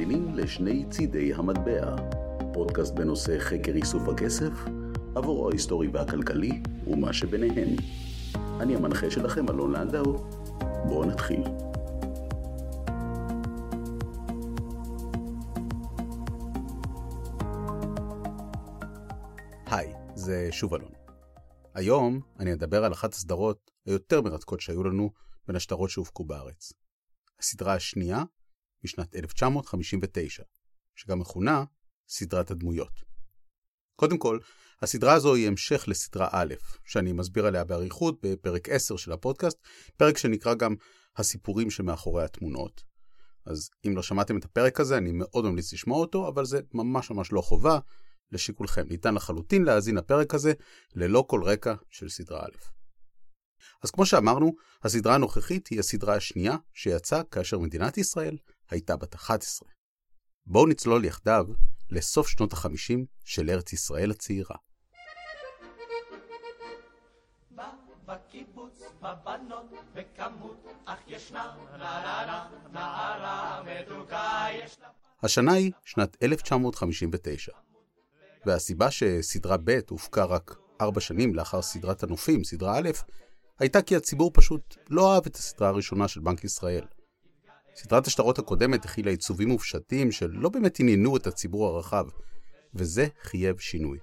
מאזינים לשני צידי המטבע, פודקאסט בנושא חקר איסוף הכסף, עבורו ההיסטורי והכלכלי ומה שביניהם. אני המנחה שלכם אלון לנדאו, בואו נתחיל. היי, זה שוב אלון. היום אני אדבר על אחת הסדרות היותר מרתקות שהיו לנו בין השטרות שהופקו בארץ. הסדרה השנייה משנת 1959, שגם מכונה סדרת הדמויות. קודם כל, הסדרה הזו היא המשך לסדרה א', שאני מסביר עליה באריכות בפרק 10 של הפודקאסט, פרק שנקרא גם הסיפורים שמאחורי התמונות. אז אם לא שמעתם את הפרק הזה, אני מאוד ממליץ לשמוע אותו, אבל זה ממש לא חובה לשיקולכם. ניתן לחלוטין להאזין לפרק הזה ללא כל רקע של סדרה א'. אז כמו שאמרנו, הסדרה הנוכחית היא הסדרה השנייה שיצאה כאשר מדינת ישראל הייתה בת 11. בואו נצלול יחדיו לסוף שנות ה-50 של ארץ ישראל הצעירה. בקיבוץ, בבנות, בכמות, אך ישנה נערה מתוקה ישנה. השנה היא שנת 1959. והסיבה שסדרה ב' הופקה רק 4 שנים לאחר סדרת הנופים, סדרה א', הייתה כי הציבור פשוט לא אהב את הסדרה הראשונה של בנק ישראל. סדרת השטרות הקודמת הכילה עיצובים מופשטים שלא באמת עניינו את הציבור הרחב, וזה חייב שינוי.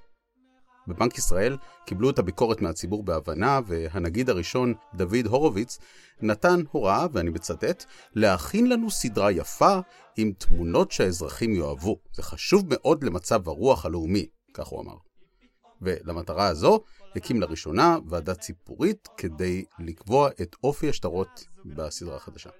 בבנק ישראל קיבלו את הביקורת מהציבור בהבנה, והנגיד הראשון, דוד הורוביץ, נתן הוראה, ואני מצטט, להכין לנו סדרה יפה עם תמונות שהאזרחים יאהבו. זה חשוב מאוד למצב הרוח הלאומי, כך הוא אמר. ולמטרה הזו הקים לראשונה ועדה ציבורית כדי לקבוע את אופי השטרות בסדרה החדשה.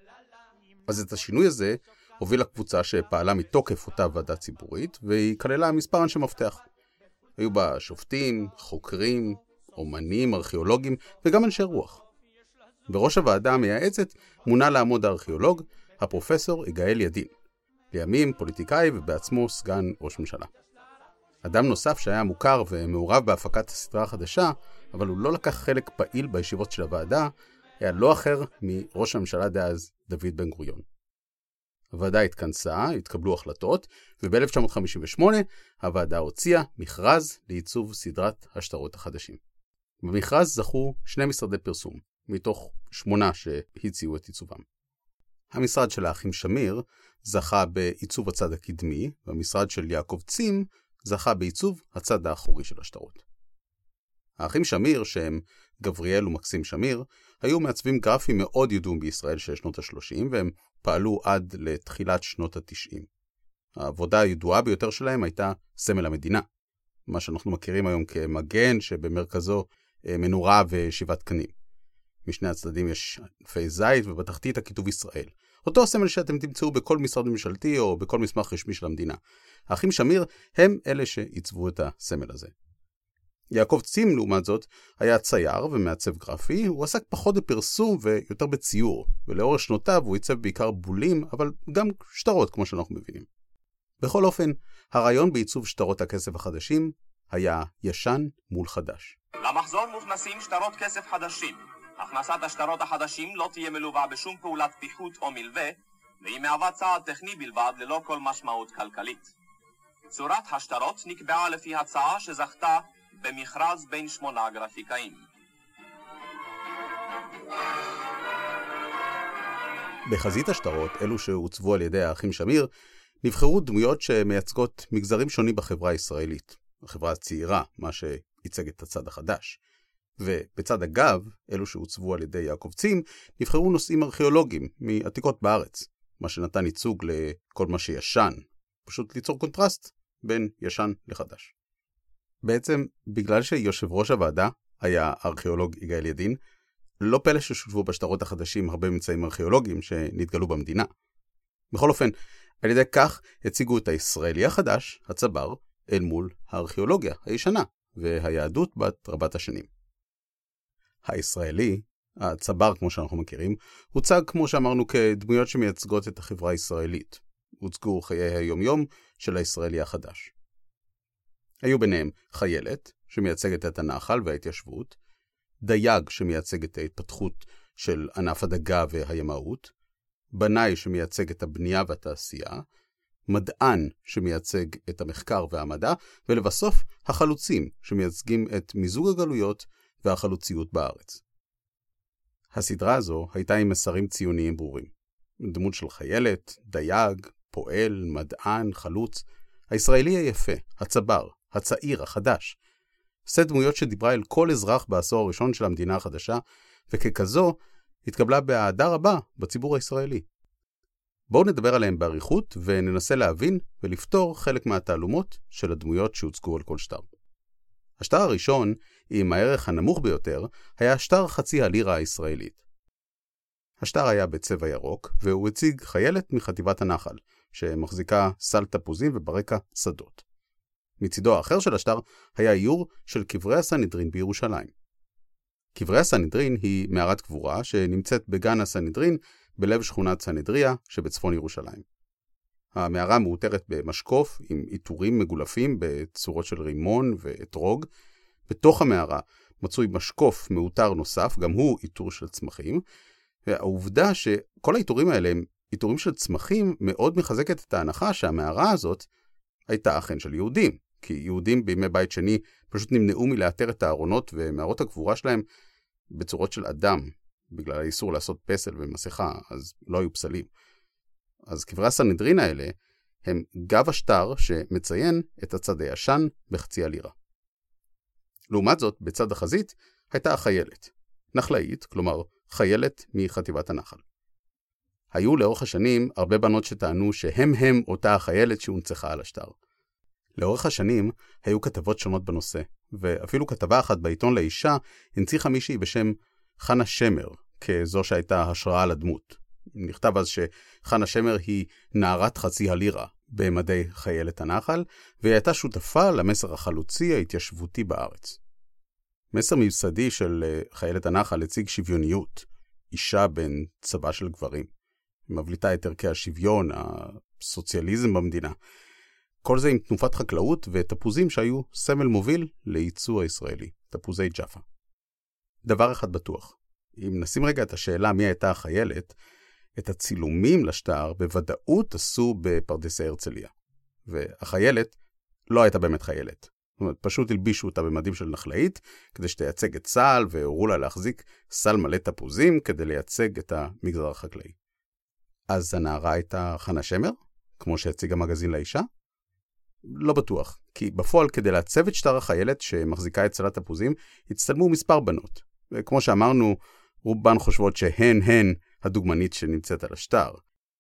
אז את השינוי הזה הובילה קבוצה שפעלה מתוקף אותה ועדה ציבורית, והיא כללה מספר אנשי מפתח. היו בה שופטים, חוקרים, אומנים, ארכיאולוגים וגם אנשי רוח. בראש הוועדה המייעצת מונה לעמוד הארכיאולוג, הפרופסור יגאל ידין, לימים פוליטיקאי ובעצמו סגן ראש ממשלה. אדם נוסף שהיה מוכר ומעורב בהפקת הסדרה החדשה, אבל הוא לא לקח חלק פעיל בישיבות של הוועדה, היה לא אחר מראש הממשלה דאז דוד בן גוריון. הוועדה התכנסה, התקבלו החלטות, וב-1958 הוועדה הוציאה מכרז לעיצוב סדרת השטרות החדשים. במכרז זכו 2 משרדי פרסום, מתוך 8 שהציעו את עיצובם. המשרד של האחים שמיר זכה בעיצוב הצד הקדמי, והמשרד של יעקב צים זכה בעיצוב הצד האחורי של השטרות. האחים שמיר, שהם גבריאל ומקסים שמיר, היו מעצבים גרפיים מאוד ידועים בישראל של שנות ה-30, והם פעלו עד לתחילת שנות ה-90. העבודה הידועה ביותר שלהם הייתה סמל המדינה, מה שאנחנו מכירים היום כמגן שבמרכזו מנורה ושבעת קנים. משני הצדדים יש ענפי זית ובתחתית הכיתוב ישראל. אותו הסמל שאתם תמצאו בכל משרד ממשלתי או בכל מסמך רשמי של המדינה. האחים שמיר הם אלה שעיצבו את הסמל הזה. יעקב צים, לעומת זאת, היה צייר ומעצב גרפי, הוא עסק פחות בפרסום ויותר בציור, ולאורך שנותיו הוא עיצב בעיקר בולים, אבל גם שטרות כמו שאנחנו מבינים. בכל אופן, הרעיון בעיצוב שטרות הכסף החדשים היה ישן מול חדש. למחזור מוכנסים שטרות כסף חדשים. הכנסת השטרות החדשים לא תהיה מלווה בשום פעולת פיחות או מלווה, והיא מהווה צעד טכני בלבד ללא כל משמעות כלכלית. צורת השטרות נקבעה לפי הצעה שזכתה במכרז בין 8 גרפיקאים. בחזית השטרות, אלו שהוצבו על ידי האחים שמיר, נבחרו דמויות שמייצגות מגזרים שונים בחברה הישראלית. החברה הצעירה, מה שייצג את הצד החדש. ובצד הגב, אלו שהוצבו על ידי יעקב צים, נבחרו נושאים ארכיאולוגיים מעתיקות בארץ, מה שנתן ייצוג לכל מה שישן, פשוט ליצור קונטרסט בין ישן לחדש. בעצם, בגלל שיושב ראש הוועדה היה ארכיאולוג יגאל ידין, לא פלא ששותפו בשטרות החדשים הרבה ממצאים ארכיאולוגיים שנתגלו במדינה. בכל אופן, על ידי כך הציגו את הישראלי החדש, הצבר, אל מול הארכיאולוגיה הישנה, והיהדות בת רבת השנים. הישראלי, הצבר כמו שאנחנו מכירים, הוצג כמו שאמרנו כדמויות שמייצגות את החברה הישראלית. הוצגו חיי היומיום של הישראלי החדש. היו ביניהם חיילת, שמייצגת את הנחל וההתיישבות, דייג שמייצג את ההתפתחות של ענף הדגה והימאות, בנאי שמייצג את הבנייה והתעשייה, מדען שמייצג את המחקר והמדע, ולבסוף החלוצים שמייצגים את מיזוג הגלויות והחלוציות בארץ. הסדרה הזו הייתה עם מסרים ציוניים ברורים. דמות של חיילת, דייג, פועל, מדען, חלוץ, הישראלי היפה, הצבר, הצעיר, החדש. סט דמויות שדיברה אל כל אזרח בעשור הראשון של המדינה החדשה, וככזו התקבלה באהדה רבה בציבור הישראלי. בואו נדבר עליהם בעריכות וננסה להבין ולפתור חלק מהתעלומות של הדמויות שהוצגו על כל שטר. השטר הראשון, עם הערך הנמוך ביותר, היה שטר חצי הלירה הישראלית. השטר היה בצבע ירוק, והוא הציג חיילת מחטיבת הנחל, שמחזיקה סל תפוזים וברקע שדות. מצידו האחר של השטר היה איור של קברי הסנהדרין בירושלים. קברי הסנהדרין היא מערת קבורה שנמצאת בגן הסנהדרין בלב שכונת סנהדריה שבצפון ירושלים. המערה מאותרת במשקוף עם עיטורים מגולפים בצורות של רימון ואתרוג. בתוך המערה מצוי משקוף מאותר נוסף, גם הוא עיטור של צמחים, והעובדה שכל העיטורים האלה הם עיטורים של צמחים מאוד מחזקת את ההנחה שהמערה הזאת הייתה אכן של יהודים, כי יהודים בימי בית שני פשוט נמנעו מלאתר את הארונות ומערות הקבורה שלהם בצורות של אדם, בגלל האיסור לעשות פסל ומסכה, אז לא היו פסלים. אז קברי הסנהדרין האלה הם גב השטר שמציין את הצד הישן בחצי הלירה. לעומת זאת, בצד החזית הייתה החיילת, נחלאית, כלומר חיילת מחטיבת הנחל. היו לאורך השנים הרבה בנות שטענו שהם אותה החיילת שהונצחה על השטר. לאורך השנים היו כתבות שונות בנושא, ואפילו כתבה אחת בעיתון לאישה הנציחה מישהי בשם חנה שמר, כזו שהייתה השראה לדמות. נכתב אז שחנה שמר היא נערת חצי הלירה במדי חיילת הנחל, והיא הייתה שותפה למסר החלוצי ההתיישבותי בארץ. מסר ממסדי של חיילת הנחל הציג שוויוניות, אישה בין צבא של גברים. מבליטה את ערכי השוויון, הסוציאליזם במדינה. כל זה עם תנופת חקלאות ותפוזים שהיו סמל מוביל לייצוא הישראלי, תפוזי ג'אפה. דבר אחד בטוח, אם נשים רגע את השאלה מי הייתה החיילת, את הצילומים לשטר בוודאות עשו בפרדסי הרצליה. והחיילת לא הייתה באמת חיילת. זאת אומרת, פשוט הלבישו אותה במדים של נחלאית, כדי שתייצג את צה"ל, והורו לה להחזיק סל מלא תפוזים, כדי לייצג את המגזר החקלאי. אז הנערה הייתה חנה שמר, כמו שהציג המגזין לאישה? לא בטוח, כי בפועל כדי לעצב את שטר החיילת שמחזיקה את סלת תפוזים, הצטלמו מספר בנות. וכמו שאמרנו, רובן חושבות שהן הדוגמנית שנמצאת על השטר.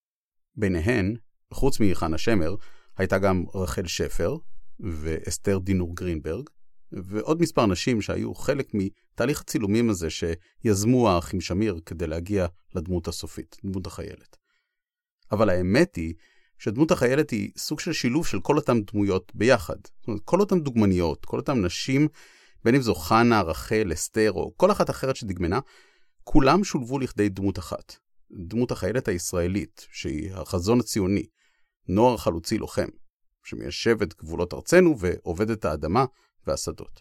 ביניהן, חוץ מחנה שמר, הייתה גם רחל שפר ואסתר דינור גרינברג, ועוד מספר נשים שהיו חלק מתהליך הצילומים הזה שיזמו האחים שמיר כדי להגיע לדמות הסופית, דמות החיילת. אבל האמת היא שדמות החיילת היא סוג של שילוב של כל אותם דמויות ביחד. זאת אומרת, כל אותם דוגמניות, כל אותם נשים, בין אם זו חנה, רחל, אסתר או כל אחת אחרת שדגמנה, כולם שולבו לכדי דמות אחת. דמות החיילת הישראלית, שהיא החזון הציוני, נוער חלוצי לוחם, שמיישב את גבולות ארצנו ועובד את האדמה והשדות.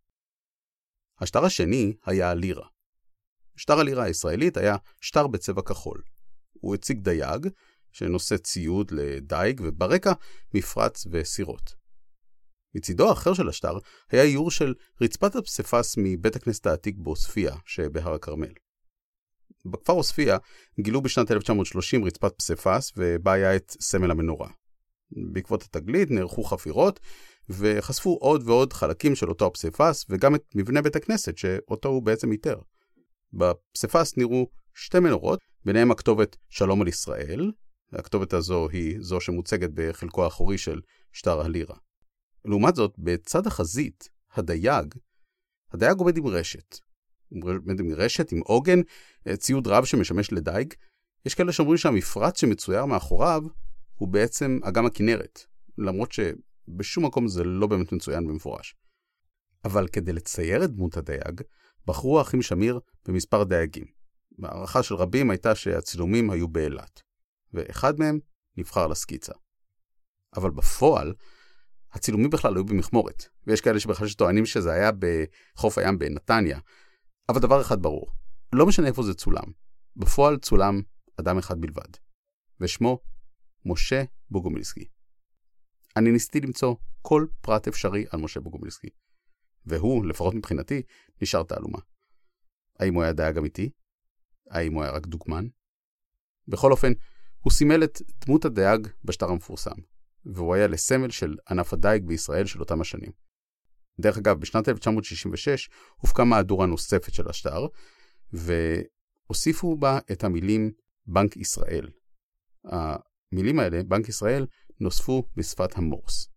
השטר השני היה הלירה. שטר הלירה הישראלית היה שטר בצבע כחול. הוא הציג דייג שנושא ציוד לדייג וברקע מפרץ וסירות. מצידו האחר של השטר היה איור של רצפת הפסיפס מבית הכנסת העתיק בעוספיה שבהר הכרמל. בכפר עוספיה גילו בשנת 1930 רצפת פסיפס ובה היה את סמל המנורה. בעקבות התגלית נערכו חפירות וחשפו עוד ועוד חלקים של אותו הפסיפס וגם את מבנה בית הכנסת שאותו הוא בעצם איתר. בפסיפס נראו שתי מנורות, ביניהם הכתובת שלום על ישראל, והכתובת הזו היא זו שמוצגת בחלקו האחורי של שטר הלירה. לעומת זאת, בצד החזית, הדייג עובד עם רשת. עומד עם רשת, עם עוגן, ציוד רב שמשמש לדייג. יש כאלה שאומרים שהמפרץ שמצויר מאחוריו הוא בעצם אגם הכנרת, למרות שבשום מקום זה לא באמת מצוין במפורש. אבל כדי לצייר את דמות הדייג, בחרו האחים שמיר במספר דייגים. הערכה של רבים הייתה שהצילומים היו באילת, ואחד מהם נבחר לסקיצה. אבל בפועל, הצילומים בכלל היו במכמורת, ויש כאלה שבכלל שטוענים שזה היה בחוף הים בנתניה. אבל דבר אחד ברור, לא משנה איפה זה צולם, בפועל צולם אדם אחד בלבד, ושמו משה בוגומילסקי. אני ניסיתי למצוא כל פרט אפשרי על משה בוגומילסקי. והוא, לפחות מבחינתי, נשאר תעלומה. האם הוא היה דייג אמיתי? האם הוא היה רק דוגמן? בכל אופן, הוא סימל את דמות הדייג בשטר המפורסם, והוא היה לסמל של ענף הדייג בישראל של אותם השנים. דרך אגב, בשנת 1966 הופקה מהדורה נוספת של השטר, והוסיפו בה את המילים בנק ישראל. המילים האלה, בנק ישראל, נוספו בשפת המורס.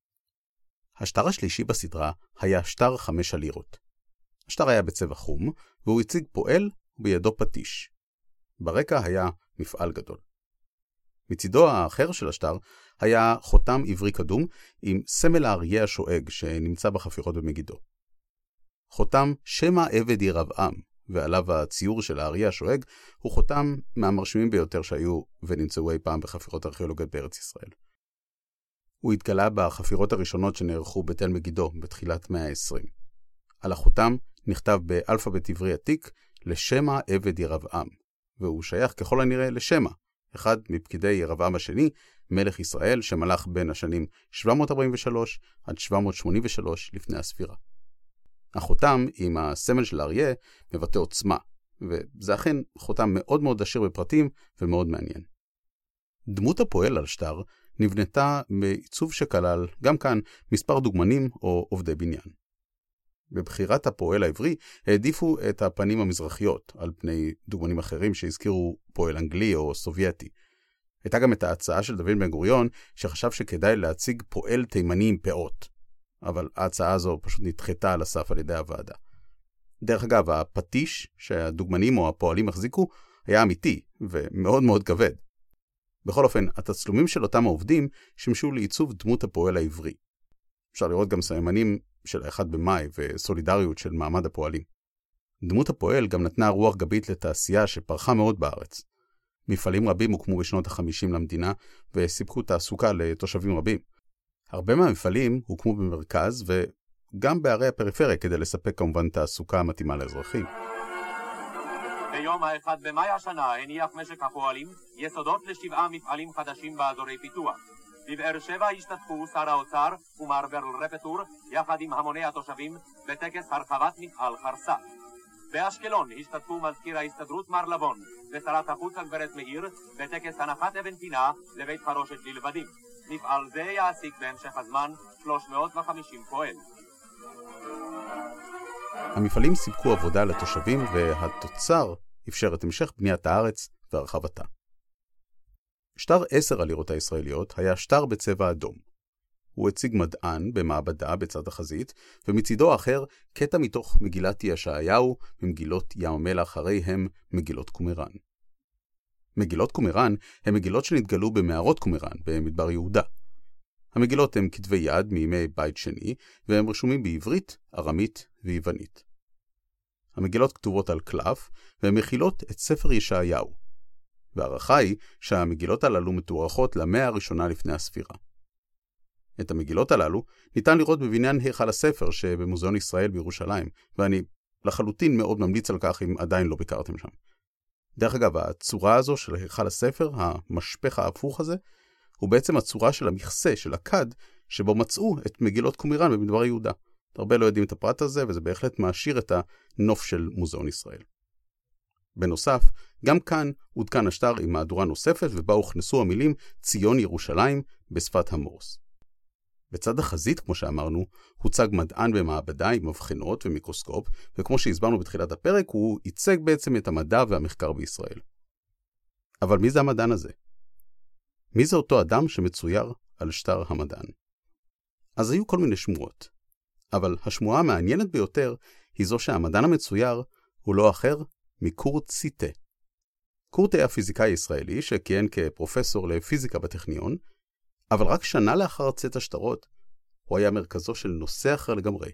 השטר השלישי בסדרה היה שטר 5 הלירות. השטר היה בצבע חום, והוא הציג פועל ובידו פטיש. ברקע היה מפעל גדול. מצידו האחר של השטר היה חותם עברי קדום עם סמל האריה השואג שנמצא בחפירות במגידו. חותם שמא עבד ירבעם, ועליו הציור של האריה השואג, הוא חותם מהמרשימים ביותר שהיו ונמצאו אי פעם בחפירות ארכיאולוגיות בארץ ישראל. הוא התגלה בחפירות הראשונות שנערכו בתל מגידו בתחילת מאה ה-20. על החותם נכתב באלפבית עברי עתיק לשמא עבד ירבעם, והוא שייך ככל הנראה לשמא, אחד מפקידי ירבעם השני, מלך ישראל שמלך בין השנים 743 עד 783 לפני הספירה. החותם עם הסמל של האריה מבטא עוצמה, וזה אכן חותם מאוד מאוד עשיר בפרטים ומאוד מעניין. דמות הפועל על שטר נבנתה מעיצוב שכלל גם כאן מספר דוגמנים או עובדי בניין. בבחירת הפועל העברי העדיפו את הפנים המזרחיות על פני דוגמנים אחרים שהזכירו פועל אנגלי או סובייטי. הייתה גם את ההצעה של דוד בן גוריון שחשב שכדאי להציג פועל תימני עם פאות, אבל ההצעה הזו פשוט נדחתה על הסף על ידי הוועדה. דרך אגב, הפטיש שהדוגמנים או הפועלים החזיקו היה אמיתי ומאוד מאוד כבד. בכל אופן, התצלומים של אותם העובדים שימשו לעיצוב דמות הפועל העברי. אפשר לראות גם סממנים של 1 במאי וסולידריות של מעמד הפועלים. דמות הפועל גם נתנה רוח גבית לתעשייה שפרחה מאוד בארץ. מפעלים רבים הוקמו בשנות ה-50 למדינה וסיפקו תעסוקה לתושבים רבים. הרבה מהמפעלים הוקמו במרכז וגם בערי הפריפריה כדי לספק כמובן תעסוקה מתאימה לאזרחים. ביום ה-1 במאי השנה הניח משק הפועלים יסודות ל7 מפעלים חדשים באזורי פיתוח. בבאר שבע השתתפו שר האוצר ומר ברל רפטור יחד עם המוני התושבים בטקס הרחבת מפעל חרסה. באשקלון השתתפו מזכיר ההסתדרות מר לבון ושרת החוץ הגברת מאיר בטקס הנחת אבן פינה לבית חרושת ללבדים. מפעל זה יעסיק בהמשך הזמן 350 פועל. המפעלים סיפקו עבודה לתושבים והתוצר אפשר את המשך בניית הארץ והרחבתה. שטר 10 הלירות הישראליות היה שטר בצבע אדום. הוא הציג מדען במעבדה בצד החזית, ומצידו האחר קטע מתוך מגילת ישעיהו ממגילות ים המלח, הרי הם מגילות קומראן. מגילות קומראן הם מגילות שנתגלו במערות קומראן במדבר יהודה. המגילות הם כתבי יד מימי בית שני, והם רשומים בעברית, ארמית ויוונית. המגילות כתובות על קלף, והן מכילות את ספר ישעיהו. והערכה היא שהמגילות הללו מתוארכות למאה הראשונה לפני הספירה. את המגילות הללו ניתן לראות בבניין היכל הספר שבמוזיאון ישראל בירושלים, ואני לחלוטין מאוד ממליץ על כך אם עדיין לא ביקרתם שם. דרך אגב, הצורה הזו של היכל הספר, המשפך ההפוך הזה, הוא בעצם הצורה של המכסה, של הכד, שבו מצאו את מגילות קומראן במדבר יהודה. הרבה לא יודעים את הפרט הזה, וזה בהחלט מעשיר את הנוף של מוזיאון ישראל. בנוסף, גם כאן עודכן השטר עם מהדורה נוספת, ובה הוכנסו המילים ציון ירושלים בשפת המורס. בצד החזית, כמו שאמרנו, הוצג מדען במעבדה עם מבחנות ומיקרוסקופ, וכמו שהסברנו בתחילת הפרק, הוא ייצג בעצם את המדע והמחקר בישראל. אבל מי זה המדען הזה? מי זה אותו אדם שמצויר על שטר המדען? אז היו כל מיני שמועות, אבל השמועה המעניינת ביותר היא זו שהמדען המצויר הוא לא אחר מקורט ציטה. קורט היה פיזיקאי ישראלי שכיהן כפרופסור לפיזיקה בטכניון, אבל רק שנה לאחר צאת השטרות, הוא היה מרכזו של נושא אחר לגמרי.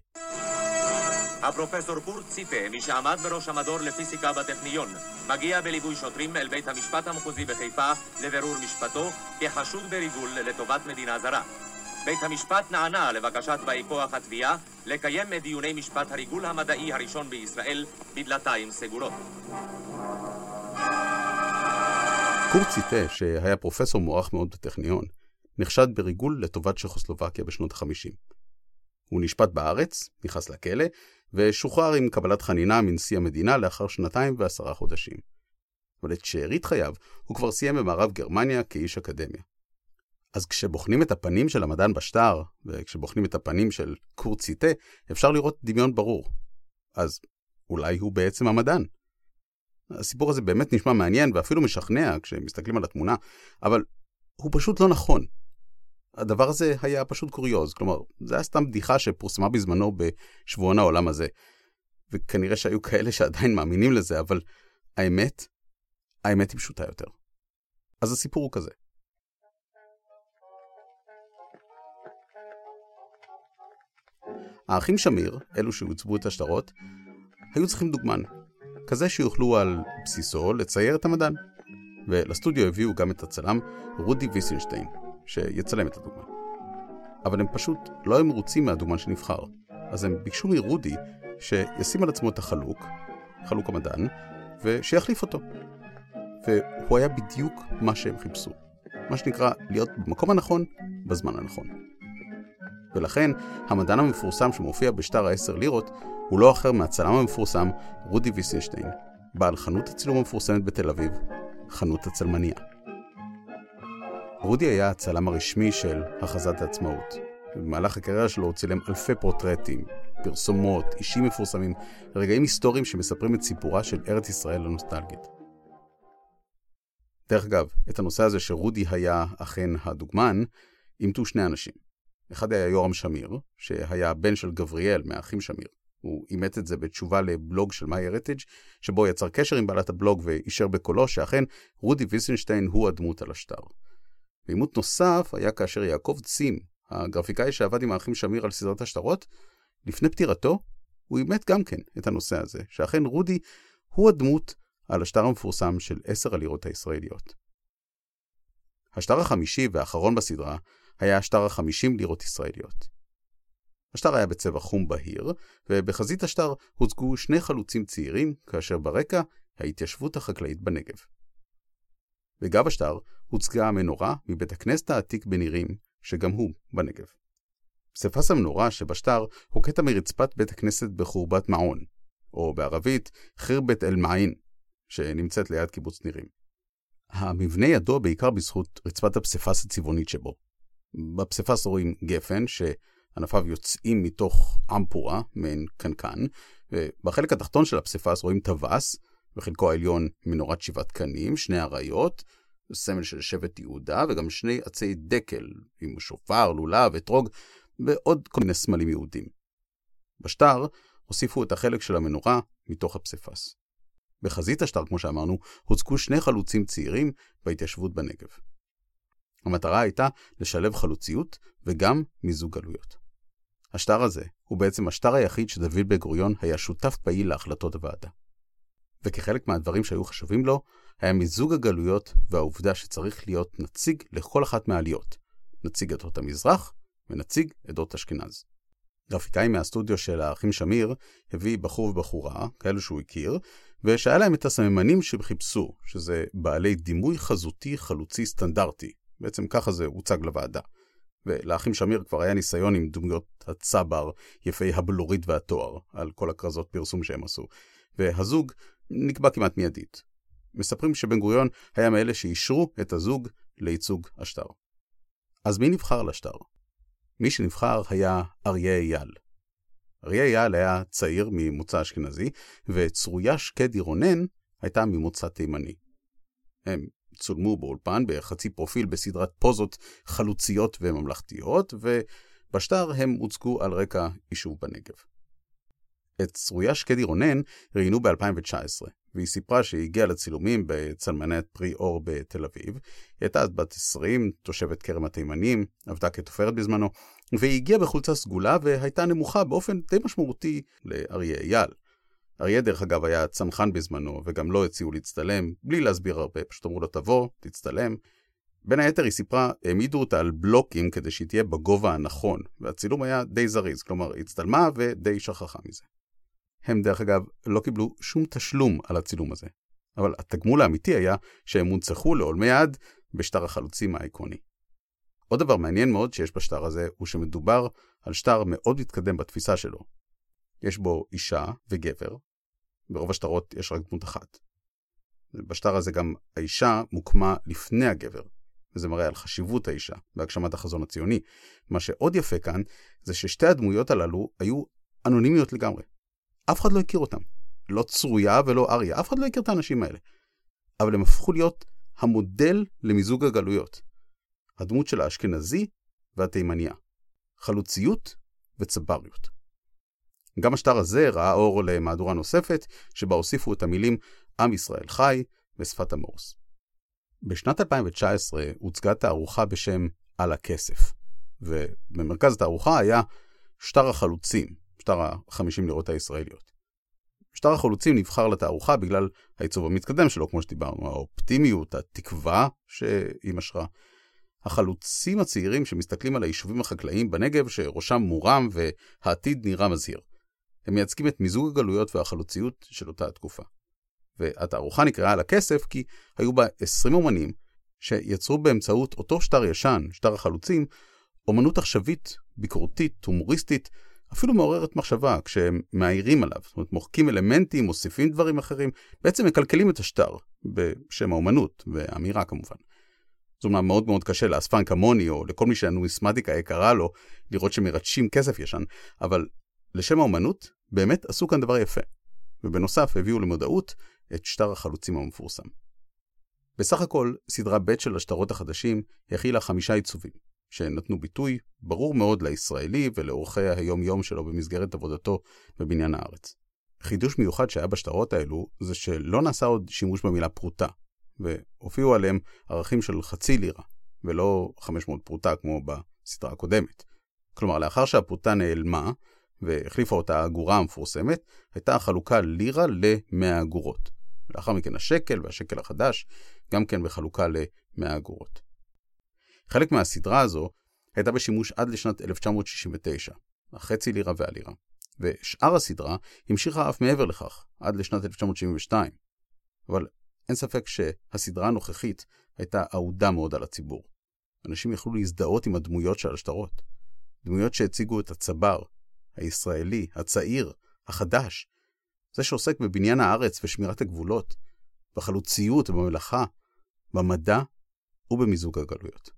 הפרופסור קורט ציטה, מי שעמד בראש המדור לפיזיקה בטכניון, מגיע בליווי שוטרים אל בית המשפט המחוזי בחיפה לבירור משפטו כחשוד בריגול לטובת מדינה זרה. בית המשפט נענה לבקשת באי כוח התביעה לקיים את דיוני משפט הריגול המדעי הראשון בישראל בדלתיים סגורות. קורט ציטה, שהיה פרופסור מוערך מאוד בטכניון, נחשד בריגול לטובת צ'כוסלובקיה בשנות ה-50. הוא נשפט בארץ, נכנס לכלא, ושוחרר עם קבלת חנינה מנשיא המדינה לאחר 2.10 חודשים. אבל את שארית חייו הוא כבר סיים במערב גרמניה כאיש אקדמיה. אז כשבוחנים את הפנים של המדען בשטר, וכשבוחנים את הפנים של קורט ציטה, אפשר לראות דמיון ברור. אז אולי הוא בעצם המדען. הסיפור הזה באמת נשמע מעניין ואפילו משכנע כשמסתכלים על התמונה, אבל הוא פשוט לא נכון. הדבר הזה היה פשוט קוריוז, כלומר, זה היה סתם בדיחה שפורסמה בזמנו בשבועון העולם הזה, וכנראה שהיו כאלה שעדיין מאמינים לזה, אבל האמת היא פשוטה יותר. אז הסיפור הוא כזה. האחים שמיר, אלו שעוצבו את השטרות, היו צריכים דוגמן, כזה שיוכלו על בסיסו לצייר את המדען. ולסטודיו הביאו גם את הצלם רודי ויסנשטיין, שיצלם את הדוגמן. אבל הם פשוט לא היו מרוצים מהדוגמן שנבחר. אז הם ביקשו מרודי שישים על עצמו את חלוק המדען, ושיחליף אותו. והוא היה בדיוק מה שהם חיפשו. מה שנקרא להיות במקום הנכון, בזמן הנכון. ולכן המדען המפורסם שמופיע בשטר 10 לירות, הוא לא אחר מהצלם המפורסם רודי ויסנשטיין, בעל חנות הצילום המפורסמת בתל אביב, חנות הצלמניה. רודי היה הצלם הרשמי של הכרזת העצמאות. במהלך הקריירה שלו הוא צילם אלפי פורטרטים, פרסומות, אישים מפורסמים, רגעים היסטוריים שמספרים את סיפורה של ארץ ישראל הנוסטלגית. דרך אגב, את הנושא הזה שרודי היה אכן הדוגמן, אימתו שני אנשים. אחד היה יורם שמיר, שהיה בן של גבריאל מהאחים שמיר. הוא אימת את זה בתשובה לבלוג של MyHeritage, שבו יצר קשר עם בעלת הבלוג ואישר בקולו שאכן רודי ויסנשטיין הוא הדמות על השטר. ואימות נוסף היה כאשר יעקב צים, הגרפיקאי שעבד עם האחים שמיר על סדרת השטרות, לפני פטירתו, הוא אימת גם כן את הנושא הזה, שאכן רודי הוא הדמות על השטר המפורסם של 10 הלירות הישראליות. השטר החמישי והאחרון בסדרה היה השטר 50 לירות ישראליות. השטר היה בצבע חום בהיר, ובחזית השטר הוצגו שני חלוצים צעירים, כאשר ברקע ההתיישבות החקלאית בנגב. בגב השטר הוצגה המנורה מבית הכנסת העתיק בנירים, שגם הוא בנגב. פסיפס המנורה שבשטר הוא קטע מרצפת בית הכנסת בחורבת מעון, או בערבית חירבת אל מעין, שנמצאת ליד קיבוץ נירים. המבנה ידוע בעיקר בזכות רצפת הפסיפס הצבעונית שבו. בפסיפס רואים גפן שענפיו יוצאים מתוך אמפורה, מעין קנקן, ובחלק התחתון של הפסיפס רואים טווס, בחלקו העליון מנורת 7 קנים, 2 אריות, סמל של שבט יהודה, וגם 2 עצי דקל, עם שופר, לולב וטרוג, ועוד כל מיני סמלים יהודים. בשטר הוסיפו את החלק של המנורה מתוך הפסיפס. בחזית השטר, כמו שאמרנו, הוצגו 2 חלוצים צעירים בהתיישבות בנגב. המטרה הייתה לשלב חלוציות וגם מיזוג גלויות. השטר הזה הוא בעצם השטר היחיד שדוד בן-גוריון היה שותף פעיל להחלטות הוועדה. וכחלק מהדברים שהיו חשובים לו, היה מיזוג הגלויות והעובדה שצריך להיות נציג לכל אחת מהעליות. נציג עדות המזרח ונציג עדות אשכנז. גרפיקאי מהסטודיו של האחים שמיר הביא בחור ובחורה, כאלו שהוא הכיר, ושהיה להם את הסממנים שחיפשו, שזה בעלי דימוי חזותי חלוצי סטנדרטי. בעצם ככה זה הוצג לוועדה. ולאחים שמיר כבר היה ניסיון עם דמויות הצבר, יפי הבלורית והתואר, על כל הקרזות פרסום שהם עשו. והזוג נקבע כמעט מיידית. מספרים שבן גוריון היה מאלה שאישרו את הזוג לייצוג השטר. אז מי נבחר לשטר? מי שנבחר היה אריה אייל. אריה אייל היה צעיר ממוצא אשכנזי, וצרויה שקדי רונן הייתה ממוצא תימני. הם צולמו באולפן בחצי פרופיל בסדרת פוזות חלוציות וממלכתיות, ובשטר הם הוצגו על רקע יישוב בנגב. את צרויה שקדי רונן ראינו ב-2019, והיא סיפרה שהיא הגיעה לצילומים בצלמנת פרי אור בתל אביב. היא הייתה אז בת 20, תושבת כרם התימנים, עבדה כתופרת בזמנו, והיא הגיעה בחולצה סגולה והייתה נמוכה באופן די משמעותי לאריה אייל. אריה דרך אגב היה צנחן בזמנו, וגם לא הציעו להצטלם, בלי להסביר הרבה, פשוט אמרו לו תבוא, תצטלם. בין היתר היא סיפרה, העמידו אותה על בלוקים כדי שהיא תהיה בגובה הנכון, והצילום היה די זריז, כלומר היא הצטלמה ודי שכחה מזה. הם דרך אגב לא קיבלו שום תשלום על הצילום הזה, אבל התגמול האמיתי היה שהם מונצחו לעולמי עד בשטר החלוצים האיקוני. עוד דבר מעניין מאוד שיש בשטר הזה, הוא שמדובר על שטר מאוד מתקדם בתפיסה שלו. יש בו אישה וגבר, ברוב השטרות יש רק דמות אחת. בשטר הזה גם האישה מוקמה לפני הגבר, וזה מראה על חשיבות האישה בהגשמת החזון הציוני. מה שעוד יפה כאן, זה ששתי הדמויות הללו היו אנונימיות לגמרי. אף אחד לא הכיר אותם. לא צרויה ולא אריה, אף אחד לא הכיר את האנשים האלה. אבל הם הפכו להיות המודל למיזוג הגלויות. הדמות של האשכנזי והתימניה. חלוציות וצבריות. גם השטר הזה ראה אור למהדורה נוספת, שבה הוסיפו את המילים עם ישראל חי ושפת המורס. בשנת 2019 הוצגה תערוכה בשם על הכסף, ובמרכז התערוכה היה שטר החלוצים, שטר ה-50 לירות הישראליות. שטר החלוצים נבחר לתערוכה בגלל העיצוב המתקדם שלו, כמו שדיברנו, האופטימיות, התקווה שהיא משרה. החלוצים הצעירים שמסתכלים על היישובים החקלאיים בנגב שראשם מורם והעתיד נראה מזהיר. הם מייצגים את מיזוג הגלויות והחלוציות של אותה התקופה. והתערוכה נקראה על הכסף כי היו בה 20 אומנים שיצרו באמצעות אותו שטר ישן, שטר החלוצים, אומנות עכשווית, ביקורתית, הומוריסטית, אפילו מעוררת מחשבה כשהם מאיירים עליו. זאת אומרת, מוחקים אלמנטים, מוסיפים דברים אחרים, בעצם מקלקלים את השטר בשם האומנות והאמירה כמובן. זו אומנם מאוד מאוד קשה לאספן כמוני או לכל מי שהנומיסמטיקה יקרה לו לראות שמרדשים כסף ישן, אבל לשם האומנות באמת עשו כאן דבר יפה. ובנוסף הביאו למודעות את שטר החלוצים המפורסם. בסך הכל, סדרה ב' של השטרות החדשים הכילה 5 עיצובים, שנתנו ביטוי ברור מאוד לישראלי ולאורחי היום-יום שלו במסגרת עבודתו בבניין הארץ. חידוש מיוחד שהיה בשטרות האלו זה שלא נעשה עוד שימוש במילה פרוטה, והופיעו עליהם ערכים של חצי לירה, ולא 500 פרוטה כמו בסדרה הקודמת. כלומר, לאחר שהפרוטה נעלמה, והחליפה אותה האגורה המפורסמת, הייתה החלוקה לירה ל-100 אגורות. לאחר מכן השקל והשקל החדש, גם כן בחלוקה ל-100 אגורות. חלק מהסדרה הזו הייתה בשימוש עד לשנת 1969, החצי לירה והלירה. ושאר הסדרה המשיכה אף מעבר לכך, עד לשנת 1972. אבל אין ספק שהסדרה הנוכחית הייתה אהודה מאוד על הציבור. אנשים יכלו להזדהות עם הדמויות של השטרות. דמויות שהציגו את הצבר, הישראלי, הצעיר, החדש, זה שעוסק בבניין הארץ ושמירת הגבולות, בחלוציות ובמלאכה, במדע ובמיזוג הגלויות.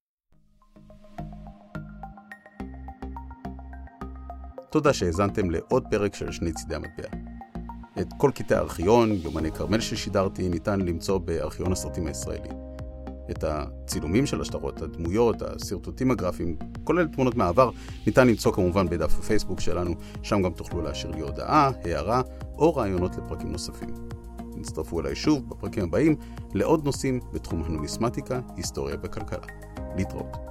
תודה שהאזנתם לעוד פרק של שני צידי המטבע. את כל קטעי הארכיון, יומני קרמל ששידרתי, ניתן למצוא בארכיון הסרטים הישראלי. את הצילומים של השטרות, הדמויות, הסרטוטים הגרפיים, כולל תמונות מהעבר, ניתן למצוא כמובן בדף הפייסבוק שלנו, שם גם תוכלו להשאיר לי הודעה, הערה או רעיונות לפרקים נוספים. נצטרפו אליי שוב בפרקים הבאים לעוד נושאים בתחום הנומיסמטיקה, היסטוריה וכלכלה. להתראות.